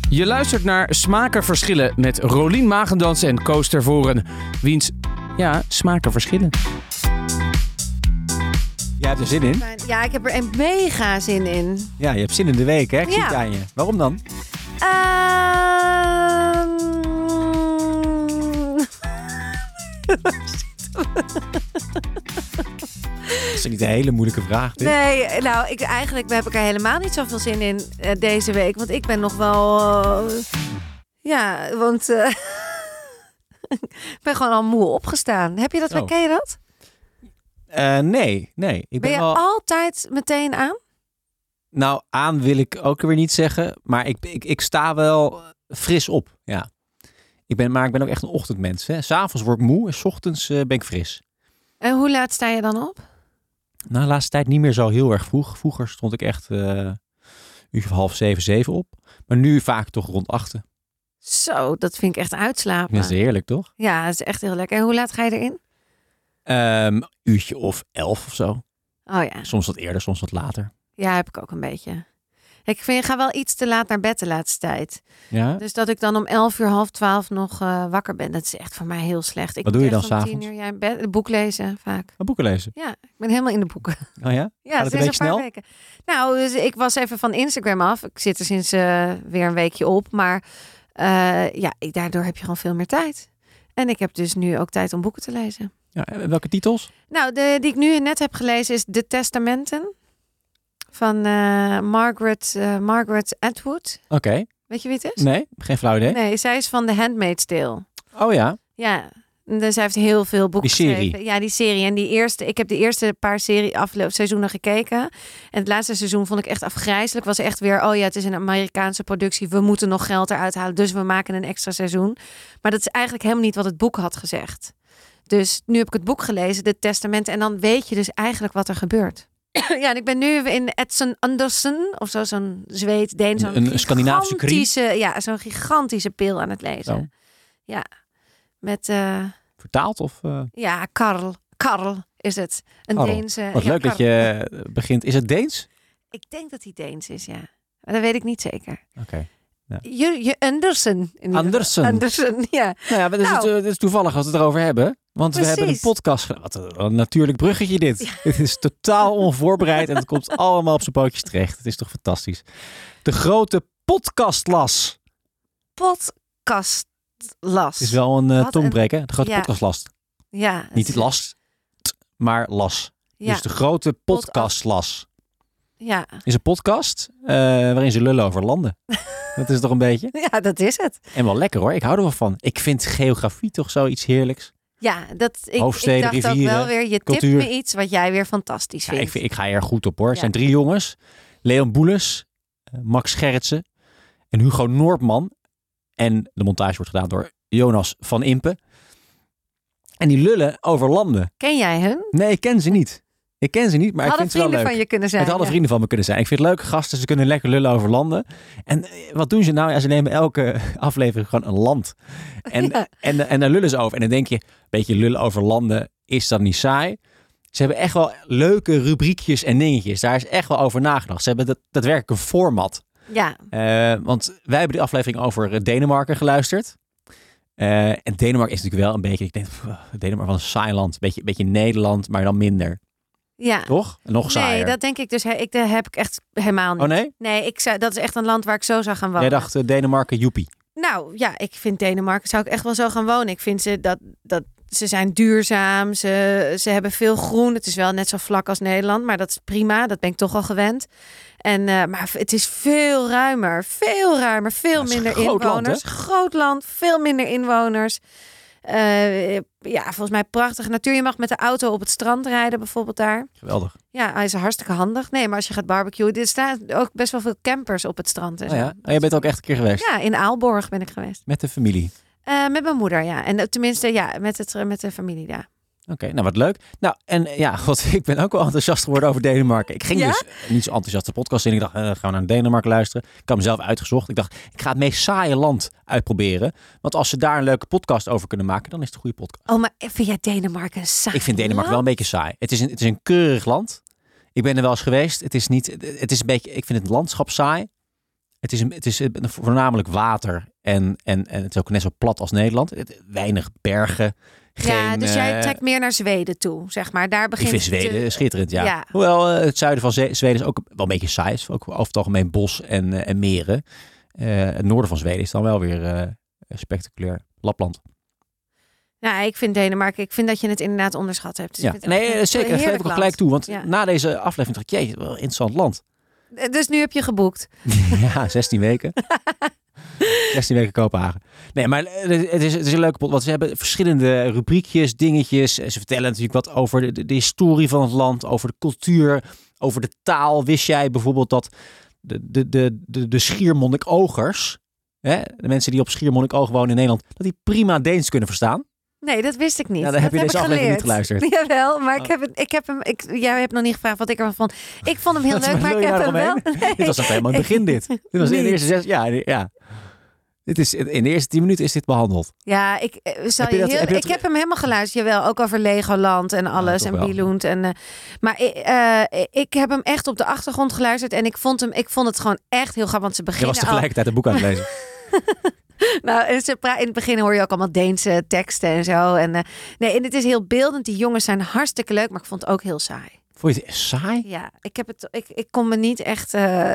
Je luistert naar Smaken Verschillen met Rolien Magendans en Koos Tervoren. Wiens, smaken verschillen. Jij hebt er zin in? Ja, ik heb er een mega zin in. Ja, je hebt zin in de week, hè? Ik zie het aan je. Waarom dan? Dat is niet een hele moeilijke vraag, dit. Nee, nou, eigenlijk heb ik er helemaal niet zoveel zin in deze week. Want ik ben nog wel... ik ben gewoon al moe opgestaan. Heb je dat? Oh. Ken je dat? Nee. Ben je altijd meteen aan? Nou, aan wil ik ook weer niet zeggen. Maar ik sta wel fris op, ja. Ik ben ook echt een ochtendmens. Hè. 's Avonds word ik moe en 's ochtends ben ik fris. En hoe laat sta je dan op? Nou, de laatste tijd niet meer zo heel erg vroeg. Vroeger stond ik echt uurtje of 6:30, 7 op. Maar nu vaak toch rond 8. Zo, dat vind ik echt uitslapen. Dat is heerlijk, toch? Ja, dat is echt heel lekker. En hoe laat ga je erin? Uurtje of 11 of zo. Oh ja. Soms wat eerder, soms wat later. Ja, heb ik ook een beetje. Ik ga wel iets te laat naar bed de laatste tijd. Ja? Dus dat ik dan om 11 uur, 11:30 nog wakker ben. Dat is echt voor mij heel slecht. Wat doe je dan 's om avonds? 10 uur in bed, een boek lezen vaak. Boeken lezen? Ja, ik ben helemaal in de boeken. Oh ja? Ja, Gaat het een beetje snel? Weken. Nou, dus ik was even van Instagram af. Ik zit er sinds weer een weekje op. Maar daardoor heb je gewoon veel meer tijd. En ik heb dus nu ook tijd om boeken te lezen. Ja, en welke titels? Nou, die ik nu net heb gelezen is De Testamenten. Van Margaret Atwood. Oké. Weet je wie het is? Nee, geen flauw idee. Nee, zij is van The Handmaid's Tale. Oh ja. Ja, dus zij heeft heel veel boeken Die serie. geschreven. Ja, die serie. En ik heb de eerste paar seizoenen gekeken. En het laatste seizoen vond ik echt afgrijzelijk. Was echt weer, het is een Amerikaanse productie. We moeten nog geld eruit halen, dus we maken een extra seizoen. Maar dat is eigenlijk helemaal niet wat het boek had gezegd. Dus nu heb ik het boek gelezen, De Testamenten. En dan weet je dus eigenlijk wat er gebeurt. Ja, en ik ben nu in Edson Andersen, of zo, zo'n Zweed-Deen. Een Scandinavische kriem. Ja, zo'n gigantische pil aan het lezen. Zo. Ja, met... Vertaald of... Ja, Karl is het. Een Karl. Deense... Wat leuk Karl. dat je begint. Is het Deens? Ik denk dat hij Deens is, ja. Maar dat weet ik niet zeker. Oké. Ja. Je Andersen. Andersen, ja. Nou ja, het is toevallig als we het erover hebben. Want Precies. we hebben een podcast gedaan. Wat een natuurlijk bruggetje dit. Ja. Dit is totaal onvoorbereid en het komt allemaal op zijn pootjes terecht. Het is toch fantastisch. De grote podcastlas. Podcastlas. Het is wel een tongbreker. De grote podcastlast. Ja. Niet het last, maar las. Ja. Dus de grote podcastlas. Ja. Is een podcast waarin ze lullen over landen. Dat is toch een beetje? Ja, dat is het. En wel lekker hoor. Ik hou er wel van. Ik vind geografie toch zoiets heerlijks. Ja, Hoofdsteden, ik dacht rivieren, ook wel weer, je cultuur. tipt me iets wat jij weer fantastisch vindt. Ik ga er goed op hoor. Het Ja. zijn 3 jongens. Leon Boeles, Max Gerritsen en Hugo Noordman. En de montage wordt gedaan door Jonas van Impe. En die lullen over landen. Ken jij hun? Nee, ik ken ze niet. Maar ik vind ze wel leuk. Van je kunnen zijn. Het hadden vrienden van me kunnen zijn. Ik vind het leuke gasten. Ze kunnen lekker lullen over landen. En wat doen ze nou? Ja, ze nemen elke aflevering gewoon een land. En daar lullen ze over. En dan denk je, een beetje lullen over landen, is dat niet saai? Ze hebben echt wel leuke rubriekjes en dingetjes. Daar is echt wel over nagedacht. Ze hebben daadwerkelijk een format. Ja. Want wij hebben die aflevering over Denemarken geluisterd. En Denemarken is natuurlijk wel een beetje... Ik denk, Denemarken was een saai land. Beetje Nederland, maar dan minder. Ja. Toch? Nog saaier. Nee, dat denk ik dus. Dat heb ik echt helemaal niet. Oh nee? Nee, dat is echt een land waar ik zo zou gaan wonen. Jij dacht Denemarken, joepie. Nou ja, ik vind Denemarken zou ik echt wel zo gaan wonen. Ik vind ze zijn duurzaam. Ze hebben veel groen. Het is wel net zo vlak als Nederland, maar dat is prima. Dat ben ik toch al gewend. Maar het is veel ruimer. Veel minder inwoners. Groot land, veel minder inwoners. Volgens mij prachtige natuur. Je mag met de auto op het strand rijden bijvoorbeeld daar. Geweldig. Ja, hij is hartstikke handig. Nee, maar als je gaat barbecuen, er staan ook best wel veel campers op het strand. En zo. Ja. En je bent ook echt een keer geweest? Ja, in Aalborg ben ik geweest. Met de familie? Met mijn moeder, ja. En tenminste, ja, met de familie, ja. Oké, nou wat leuk. Nou, en ja, ik ben ook wel enthousiast geworden over Denemarken. Ik ging dus niet zo enthousiast de podcast in. Ik dacht, gaan we naar Denemarken luisteren. Ik had mezelf uitgezocht. Ik dacht, ik ga het meest saaie land uitproberen. Want als ze daar een leuke podcast over kunnen maken, dan is het een goede podcast. Oh, maar vind jij Denemarken saai? Ik vind Denemarken wel een beetje saai. Het is een keurig land. Ik ben er wel eens geweest. Het is een beetje, ik vind het landschap saai. Het is voornamelijk water en het is ook net zo plat als Nederland. Weinig bergen. Dus jij trekt meer naar Zweden toe, zeg maar. Daar begint ik vind Zweden schitterend, ja. Ja. Hoewel het zuiden van Zweden is ook wel een beetje saai. Is ook over het algemeen bos en meren. Het noorden van Zweden is dan wel weer spectaculair. Lapland. Ja, ik vind Denemarken, ik vind dat je het inderdaad onderschat hebt. Dus Ja. Nee, zeker. Dat geef ik ook gelijk toe. Want na deze aflevering dacht ik, jeetje, wel een interessant land. Dus nu heb je geboekt. Ja, 16 weken. 16 weken Kopenhagen. Nee, maar het is een leuke pot. Want ze hebben verschillende rubriekjes, dingetjes. Ze vertellen natuurlijk wat over de historie van het land, over de cultuur, over de taal. Wist jij bijvoorbeeld dat de Schiermonnikoogers, hè, de mensen die op Schiermonnikoog wonen in Nederland, dat die prima Deens kunnen verstaan? Nee, dat wist ik niet. Nou, dan heb je deze aflevering niet geluisterd. Jawel, maar jij hebt nog niet gevraagd wat ik ervan vond. Ik vond hem heel leuk, maar ik heb hem wel... Nee. Dit was nog helemaal in het begin dit. Dit was in de eerste 6... Ja. Dit is, in de eerste 10 minuten is dit behandeld. Ja, ik heb hem helemaal geluisterd. Jawel, ook over Legoland en alles en Billund. Maar ik heb hem echt op de achtergrond geluisterd. En ik vond het gewoon echt heel grappig. Want ze beginnen Je was tegelijkertijd een boek aan het lezen. Nou, in het begin hoor je ook allemaal Deense teksten en zo. En het is heel beeldend. Die jongens zijn hartstikke leuk, maar ik vond het ook heel saai. Vond je het saai? Ja, ik kon me niet echt...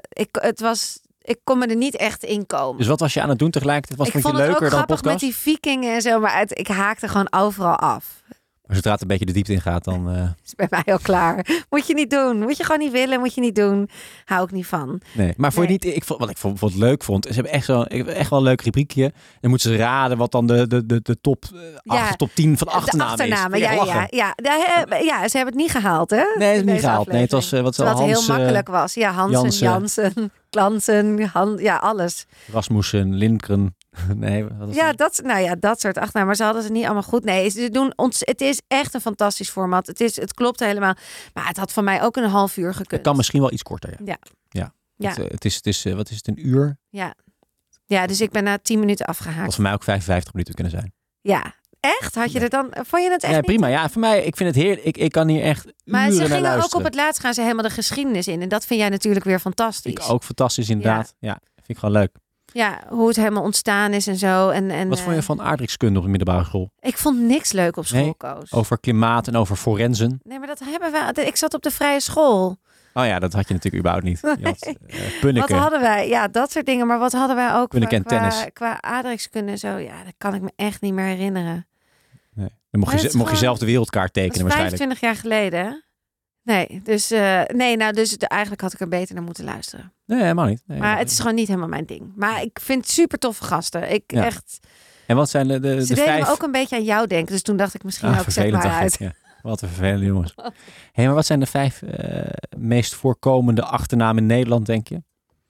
Ik kon me er niet echt in komen. Dus wat was je aan het doen tegelijkertijd? Ik vond het leuker ook dan grappig met die vikingen en zo, maar ik haakte gewoon overal af. Maar zodra het een beetje de diepte in gaat, dan... is bij mij al klaar. Moet je niet doen. Moet je gewoon niet willen. Moet je niet doen. Hou ik niet van. Nee, maar vond je niet... Wat ik het leuk vond, ze hebben echt wel een leuk rubriekje. Dan moeten ze raden wat dan de top 8, top 10 van de achternamen is. Ja, ze hebben het niet gehaald, hè? Nee, het is niet gehaald. Nee, het was wat heel makkelijk was. Ja, Hansen, Jansen, Klansen, alles. Rasmussen, Lindgren. Nee, dat soort achternamen. Maar ze hadden ze niet allemaal goed. Nee, het is echt een fantastisch format. Het klopt helemaal. Maar het had van mij ook een half uur gekund. Het kan misschien wel iets korter, ja. Het is wat is het, een uur? Ja, dus ik ben na 10 minuten afgehaakt. Wat voor mij ook 55 minuten kunnen zijn. Ja, echt? Had je er dan... Vond je het echt prima. niet? Ja, voor mij, ik vind het heerlijk. Ik kan hier echt uren Maar ze gingen luisteren. ook op het laatst gaan ze helemaal de geschiedenis in. En dat vind jij natuurlijk weer fantastisch. Ik ook fantastisch, inderdaad. Ja, vind ik gewoon leuk. Ja, hoe het helemaal ontstaan is en zo. Wat vond je van aardrijkskunde op de middelbare school? Ik vond niks leuk op school, Koos. Over klimaat en over forensen? Nee, maar dat hebben we... Ik zat op de vrije school. Oh ja, dat had je natuurlijk überhaupt niet. Je had punniken. Wat hadden wij? Ja, dat soort dingen. Maar wat hadden wij ook qua aardrijkskunde en zo? Ja, dat kan ik me echt niet meer herinneren. Nee. Dan mocht je zelf de wereldkaart tekenen waarschijnlijk. 25 jaar geleden, hè? Nee, dus eigenlijk had ik er beter naar moeten luisteren. Nee, helemaal niet. Nee, maar het is gewoon niet helemaal mijn ding. Maar ik vind super toffe gasten. Echt. En wat zijn de Ze deden me ook een beetje aan jou denken. Dus toen dacht ik misschien ook zet maar uit. Ja. Wat een vervelende jongens. Hey, maar wat zijn de 5 meest voorkomende achternamen in Nederland, denk je?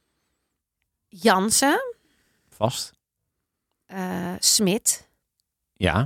Jansen. Vast. Smit. Ja.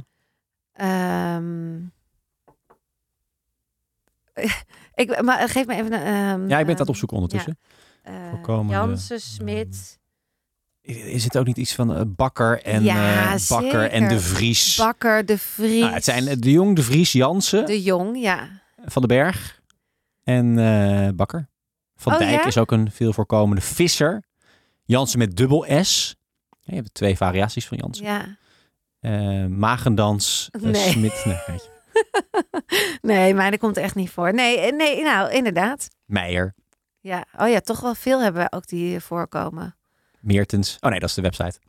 Maar geef me even een... ja, ik ben het aan het opzoeken ondertussen. Jansen, Smit. Is het ook niet iets van Bakker en Bakker en De Vries? Bakker, De Vries. Nou, het zijn De Jong, De Vries, Jansen. De Jong, ja. Van den Berg en Bakker. Van Dijk is ook een veel voorkomende. Visser. Jansen met dubbel S. Ja, je hebt 2 variaties van Jansen. Ja. Magendans, Smit. Nee, weet je. Nee, maar dat komt echt niet voor. Nee, nou, inderdaad. Meijer. Ja, oh ja, toch wel veel hebben we ook die voorkomen. Meertens. Oh nee, dat is de website.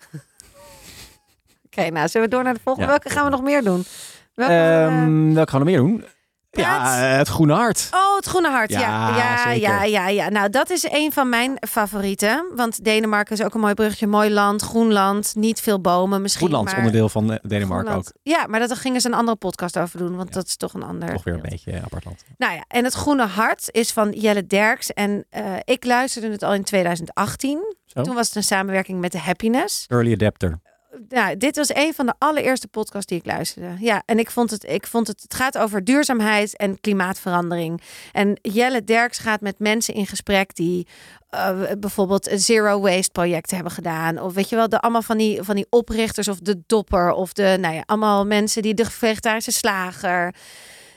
Oké, nou, zullen we door naar de volgende? Welke gaan we nog meer doen? Welke gaan we meer doen? Ja, het Groene Hart. Oh, het Groene Hart. Ja. Nou, dat is een van mijn favorieten. Want Denemarken is ook een mooi bruggetje. Mooi land, groen land, niet veel bomen misschien. Groenland, onderdeel van Denemarken Groenland. ook. Ja, maar daar gingen ze een andere podcast over doen. Want dat is toch een ander... Toch weer een beetje apart land. Nou ja, en het Groene Hart is van Jelle Derks. En ik luisterde het al in 2018. Zo? Toen was het een samenwerking met de Happiness. Early adapter. Nou, dit was een van de allereerste podcasts die ik luisterde. Ja, en ik vond het gaat over duurzaamheid en klimaatverandering. En Jelle Derks gaat met mensen in gesprek die bijvoorbeeld een zero waste project hebben gedaan. Of weet je wel, allemaal van die oprichters of de Dopper of allemaal mensen die de vegetarische slager. Nou,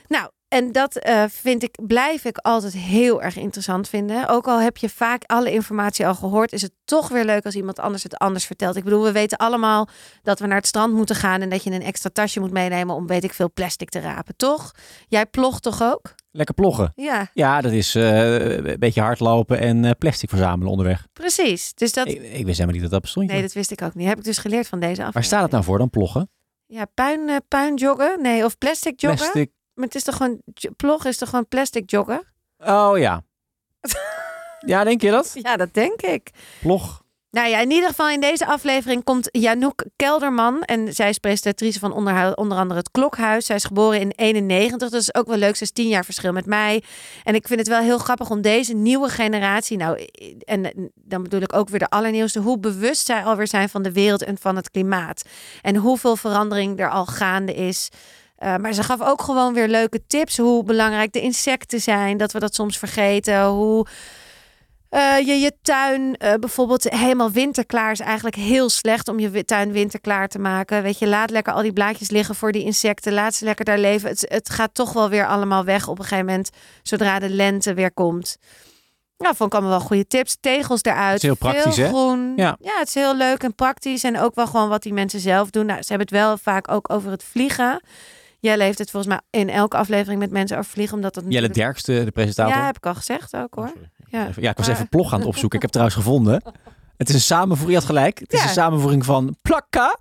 En dat blijf ik altijd heel erg interessant vinden. Ook al heb je vaak alle informatie al gehoord, is het toch weer leuk als iemand anders het anders vertelt. Ik bedoel, we weten allemaal dat we naar het strand moeten gaan en dat je een extra tasje moet meenemen om, weet ik veel, plastic te rapen, toch? Jij plogt toch ook? Lekker ploggen. Ja. Ja, dat is een beetje hardlopen en plastic verzamelen onderweg. Precies. Dus dat... Ik wist helemaal niet dat dat bestond. Nee, dat wist ik ook niet. Heb ik dus geleerd van deze aflevering. Waar staat het nou voor dan, ploggen? Ja, puin joggen. Nee, of plastic joggen. Plastic. Maar het is toch gewoon, plog is toch gewoon plastic joggen? Oh ja. Ja, denk je dat? Ja, dat denk ik. Plog. Nou ja, in ieder geval in deze aflevering komt Janouk Kelderman. En zij is presentatrice van onder andere Het Klokhuis. Zij is geboren in 91. Dat is ook wel leuk. Ze is 10 jaar verschil met mij. En ik vind het wel heel grappig om deze nieuwe generatie... Nou, en dan bedoel ik ook weer de allernieuwste... hoe bewust zij alweer zijn van de wereld en van het klimaat. En hoeveel verandering er al gaande is... maar ze gaf ook gewoon weer leuke tips. Hoe belangrijk de insecten zijn. Dat we dat soms vergeten. Hoe je tuin bijvoorbeeld helemaal winterklaar is eigenlijk heel slecht om je tuin winterklaar te maken. Weet je, laat lekker al die blaadjes liggen voor die insecten. Laat ze lekker daar leven. Het gaat toch wel weer allemaal weg op een gegeven moment. Zodra de lente weer komt. Nou, vond ik allemaal wel goede tips. Tegels eruit. Het is heel praktisch, veel hè? groen. Ja. Ja, het is heel leuk en praktisch. En ook wel gewoon wat die mensen zelf doen. Nou, ze hebben het wel vaak ook over het vliegen. Jelle heeft het volgens mij in elke aflevering met mensen over vliegen. Omdat dat Jelle natuurlijk... Derkste, de presentator. Ja, heb ik al gezegd ook hoor. Ja, ik was even plog aan het opzoeken. Ik heb het trouwens gevonden. Het is een samenvoeging, je had gelijk. Het is een samenvoeging van plakka.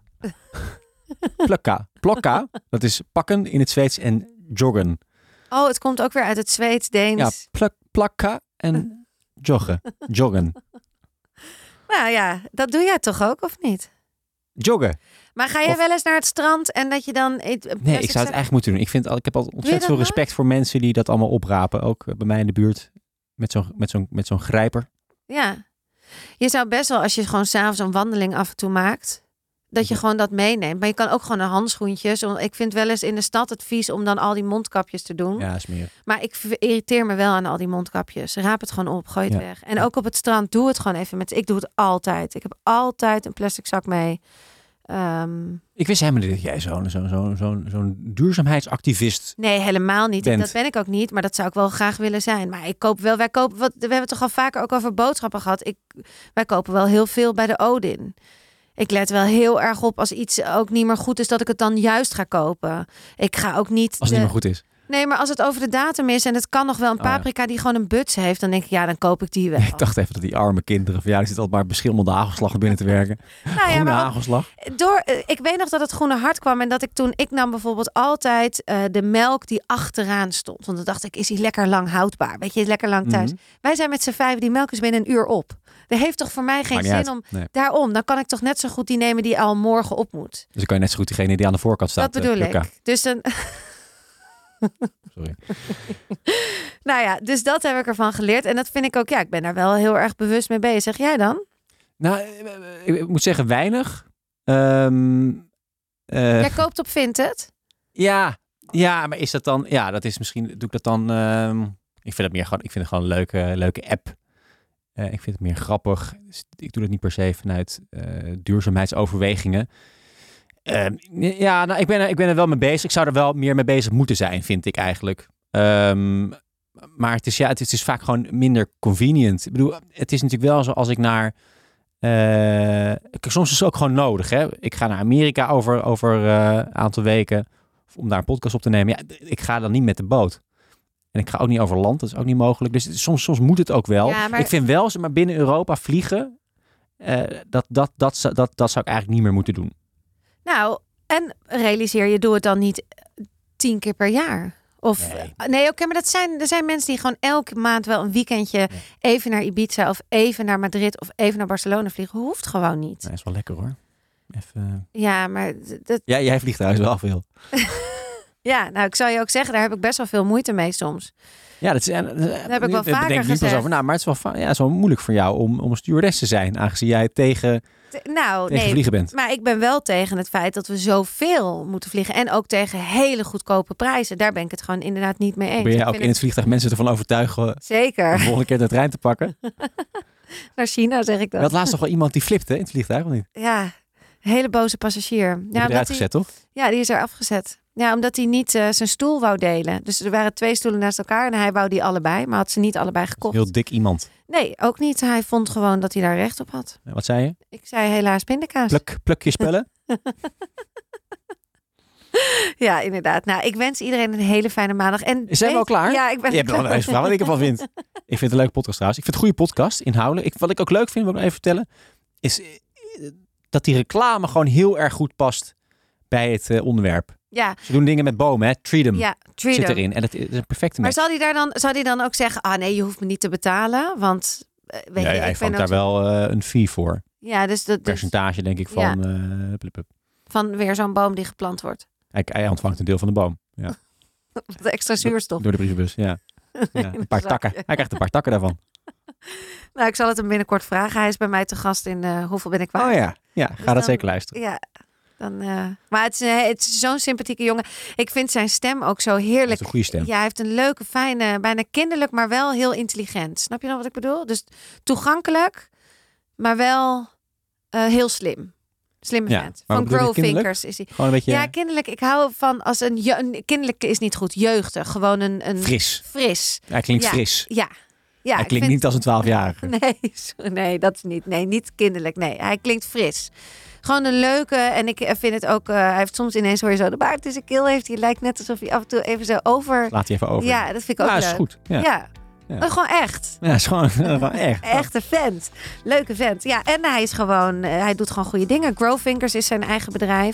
Plokka. Dat is pakken in het Zweeds en joggen. Oh, het komt ook weer uit het Zweeds, Deens. Ja, plakka en joggen. Joggen. Nou ja, dat doe jij toch ook, of niet? Joggen. Maar ga jij wel eens naar het strand en dat je dan... Nee, ik zou het eigenlijk moeten doen. Ik heb al ontzettend veel respect voor mensen die dat allemaal oprapen. Ook bij mij in de buurt. Met zo'n grijper. Ja. Je zou best wel, als je gewoon 's avonds een wandeling af en toe maakt... dat je gewoon dat meeneemt. Maar je kan ook gewoon een handschoentjes. Ik vind wel eens in de stad het vies om dan al die mondkapjes te doen. Ja, smerig. Maar ik irriteer me wel aan al die mondkapjes. Raap het gewoon op, gooi het weg. En ook op het strand, doe het gewoon even met... Ik doe het altijd. Ik heb altijd een plastic zak mee. Ik wist helemaal niet dat jij zo'n duurzaamheidsactivist... Nee, helemaal niet. bent. Dat ben ik ook niet, maar dat zou ik wel graag willen zijn. Maar ik koop wel, we hebben het toch al vaker ook over boodschappen gehad. Wij kopen wel heel veel bij de Odin. Ik let wel heel erg op als iets ook niet meer goed is, dat ik het dan juist ga kopen. Ik ga ook niet... Als het niet meer goed is. Nee, maar als het over de datum is en het kan nog wel een paprika die gewoon een buts heeft, dan denk ik, ja, dan koop ik die wel. Ik dacht even dat die arme kinderen van die zitten altijd maar beschimmelde hagelslag naar binnen te werken. Groene hagelslag. Ik weet nog dat het groene hart kwam en dat ik nam bijvoorbeeld altijd de melk die achteraan stond. Want dan dacht ik, is die lekker lang houdbaar? Weet je, lekker lang thuis. Wij zijn met z'n 5, die melk is binnen een uur op. Dat heeft toch voor mij geen zin om... Nee. Daarom, dan kan ik toch net zo goed die nemen die al morgen op moet. Dus dan kan je net zo goed diegene die aan de voorkant staat. Dat bedoel ik. Dus dan... Sorry. Nou ja, dus dat heb ik ervan geleerd. En dat vind ik ook, ik ben daar wel heel erg bewust mee bezig. Zeg jij dan? Nou, ik moet zeggen weinig. Jij koopt op Vinted? Ja, maar is dat dan... Ja, dat is misschien... Doe ik dat dan... ik vind het meer gewoon... Ik vind het gewoon een leuke app. Ik vind het meer grappig. Ik doe het niet per se vanuit duurzaamheidsoverwegingen. Ik ben er wel mee bezig. Ik zou er wel meer mee bezig moeten zijn, vind ik eigenlijk. Maar het is vaak gewoon minder convenient. Ik bedoel, het is natuurlijk wel zo als ik naar... soms is het ook gewoon nodig. Hè? Ik ga naar Amerika over een aantal weken om daar een podcast op te nemen. Ja, ik ga dan niet met de boot. En ik ga ook niet over land. Dat is ook niet mogelijk. Dus soms moet het ook wel. Ja, maar... Ik vind wel, maar binnen Europa vliegen... Dat zou ik eigenlijk niet meer moeten doen. Nou, en realiseer je, doe het dan niet 10 keer per jaar? Of nee, oké, maar er zijn mensen die gewoon elke maand wel een weekendje even naar Ibiza of even naar Madrid of even naar Barcelona vliegen. Hoeft gewoon niet. Dat is wel lekker hoor. Even... Ja, maar... Ja, jij vliegt trouwens wel veel. Ja, nou, ik zou je ook zeggen, daar heb ik best wel veel moeite mee soms. Ja, dat heb ik wel vaker gezegd. Over, maar het is wel moeilijk voor jou om een stewardess te zijn, aangezien jij tegen vliegen bent. Maar ik ben wel tegen het feit dat we zoveel moeten vliegen en ook tegen hele goedkope prijzen. Daar ben ik het gewoon inderdaad niet mee eens. Ben jij ook in het vliegtuig mensen ervan overtuigen? Zeker. De volgende keer de trein te pakken? Naar China, zeg ik dat. Je had laatst toch wel iemand die flipte in het vliegtuig, of niet? Ja, een hele boze passagier. Die eruit gezet, toch? Ja, die is er afgezet. Ja, omdat hij niet zijn stoel wou delen. Dus er waren 2 stoelen naast elkaar en hij wou die allebei, maar had ze niet allebei gekocht. Heel dik iemand. Nee, ook niet. Hij vond gewoon dat hij daar recht op had. Wat zei je? Ik zei helaas pindakaas. Pluk je spullen? Ja, inderdaad. Nou, ik wens iedereen een hele fijne maandag. En Zijn we al klaar? Ja, ik ben Je hebt wel een eens verhaal wat ik ervan vind. Ik vind het een leuke podcast trouwens. Ik vind het een goede podcast, inhoudelijk. Wat ik ook leuk vind, wil ik nog even vertellen, is dat die reclame gewoon heel erg goed past bij het onderwerp. Ja. Ze doen dingen met bomen, hè? Treat 'em. Ja, Zit erin. En dat is een perfecte Maar match. zal hij dan ook zeggen, nee, je hoeft me niet te betalen, want weet je, Hij ik vangt ben daar ook... wel een fee voor. Ja, dus dat Percentage denk ik van... van weer zo'n boom die geplant wordt. Hij ontvangt een deel van de boom. Ja. De extra zuurstof. Door de brievenbus, ja. Een paar takken. Hij krijgt een paar takken daarvan. Nou, ik zal het hem binnenkort vragen. Hij is bij mij te gast in Hoeveel ben ik waard? Oh ja, ga Dus dat dan- zeker luisteren. Ja, dan, maar het is zo'n sympathieke jongen. Ik vind zijn stem ook zo Dat heerlijk. is een goede stem. Ja, hij heeft een leuke, fijne, bijna kinderlijk, maar wel heel intelligent. Snap je nou wat ik bedoel? Dus toegankelijk, maar wel heel slim. Slimme Ja, vent. maar Van wat bedoel je, kinderlijk? Growfingers is hij. Gewoon een beetje Ja, kinderlijk. Ik hou van als een kinderlijk is niet goed. Jeugdig. Gewoon een fris. fris. Hij klinkt Ja. fris. Ja. Ja, Hij ik klinkt vind- niet als een 12-jarige. Nee, dat is niet. Nee, niet kinderlijk. Nee, hij klinkt fris. Gewoon een leuke. En ik vind het ook... hij heeft soms ineens hoor je zo... De baard in zijn keel heeft. Hij lijkt net alsof hij af en toe even zo over... Laat hij even over. Ja, dat vind ik ook Ja, leuk. is goed. Ja. Ja. Ja. Gewoon echt. Ja, is gewoon echt. Echte vent. Leuke vent. Ja, en hij is gewoon... hij doet gewoon goede dingen. Growfingers is zijn eigen bedrijf.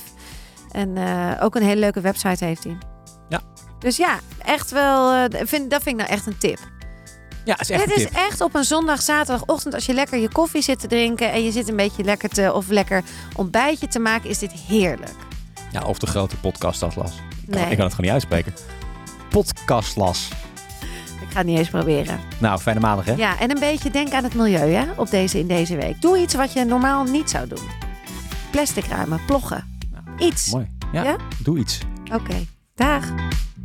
En ook een hele leuke website heeft hij. Ja. Dus ja, echt wel... dat vind ik nou echt een tip. Ja, is echt Het een is tip. echt op een zondag, zaterdagochtend, als je lekker je koffie zit te drinken en je zit een beetje lekker ontbijtje te maken, is dit heerlijk. Ja, of de grote podcastlas. Nee. Ik kan het gewoon niet uitspreken. Podcastlas. Ik ga het niet eens proberen. Nou, fijne maandag hè? Ja, en een beetje denk aan het milieu hè, in deze week. Doe iets wat je normaal niet zou doen. Plastic ruimen, ploggen. Iets. Mooi. Ja, Ja? doe iets. Oké. Dag.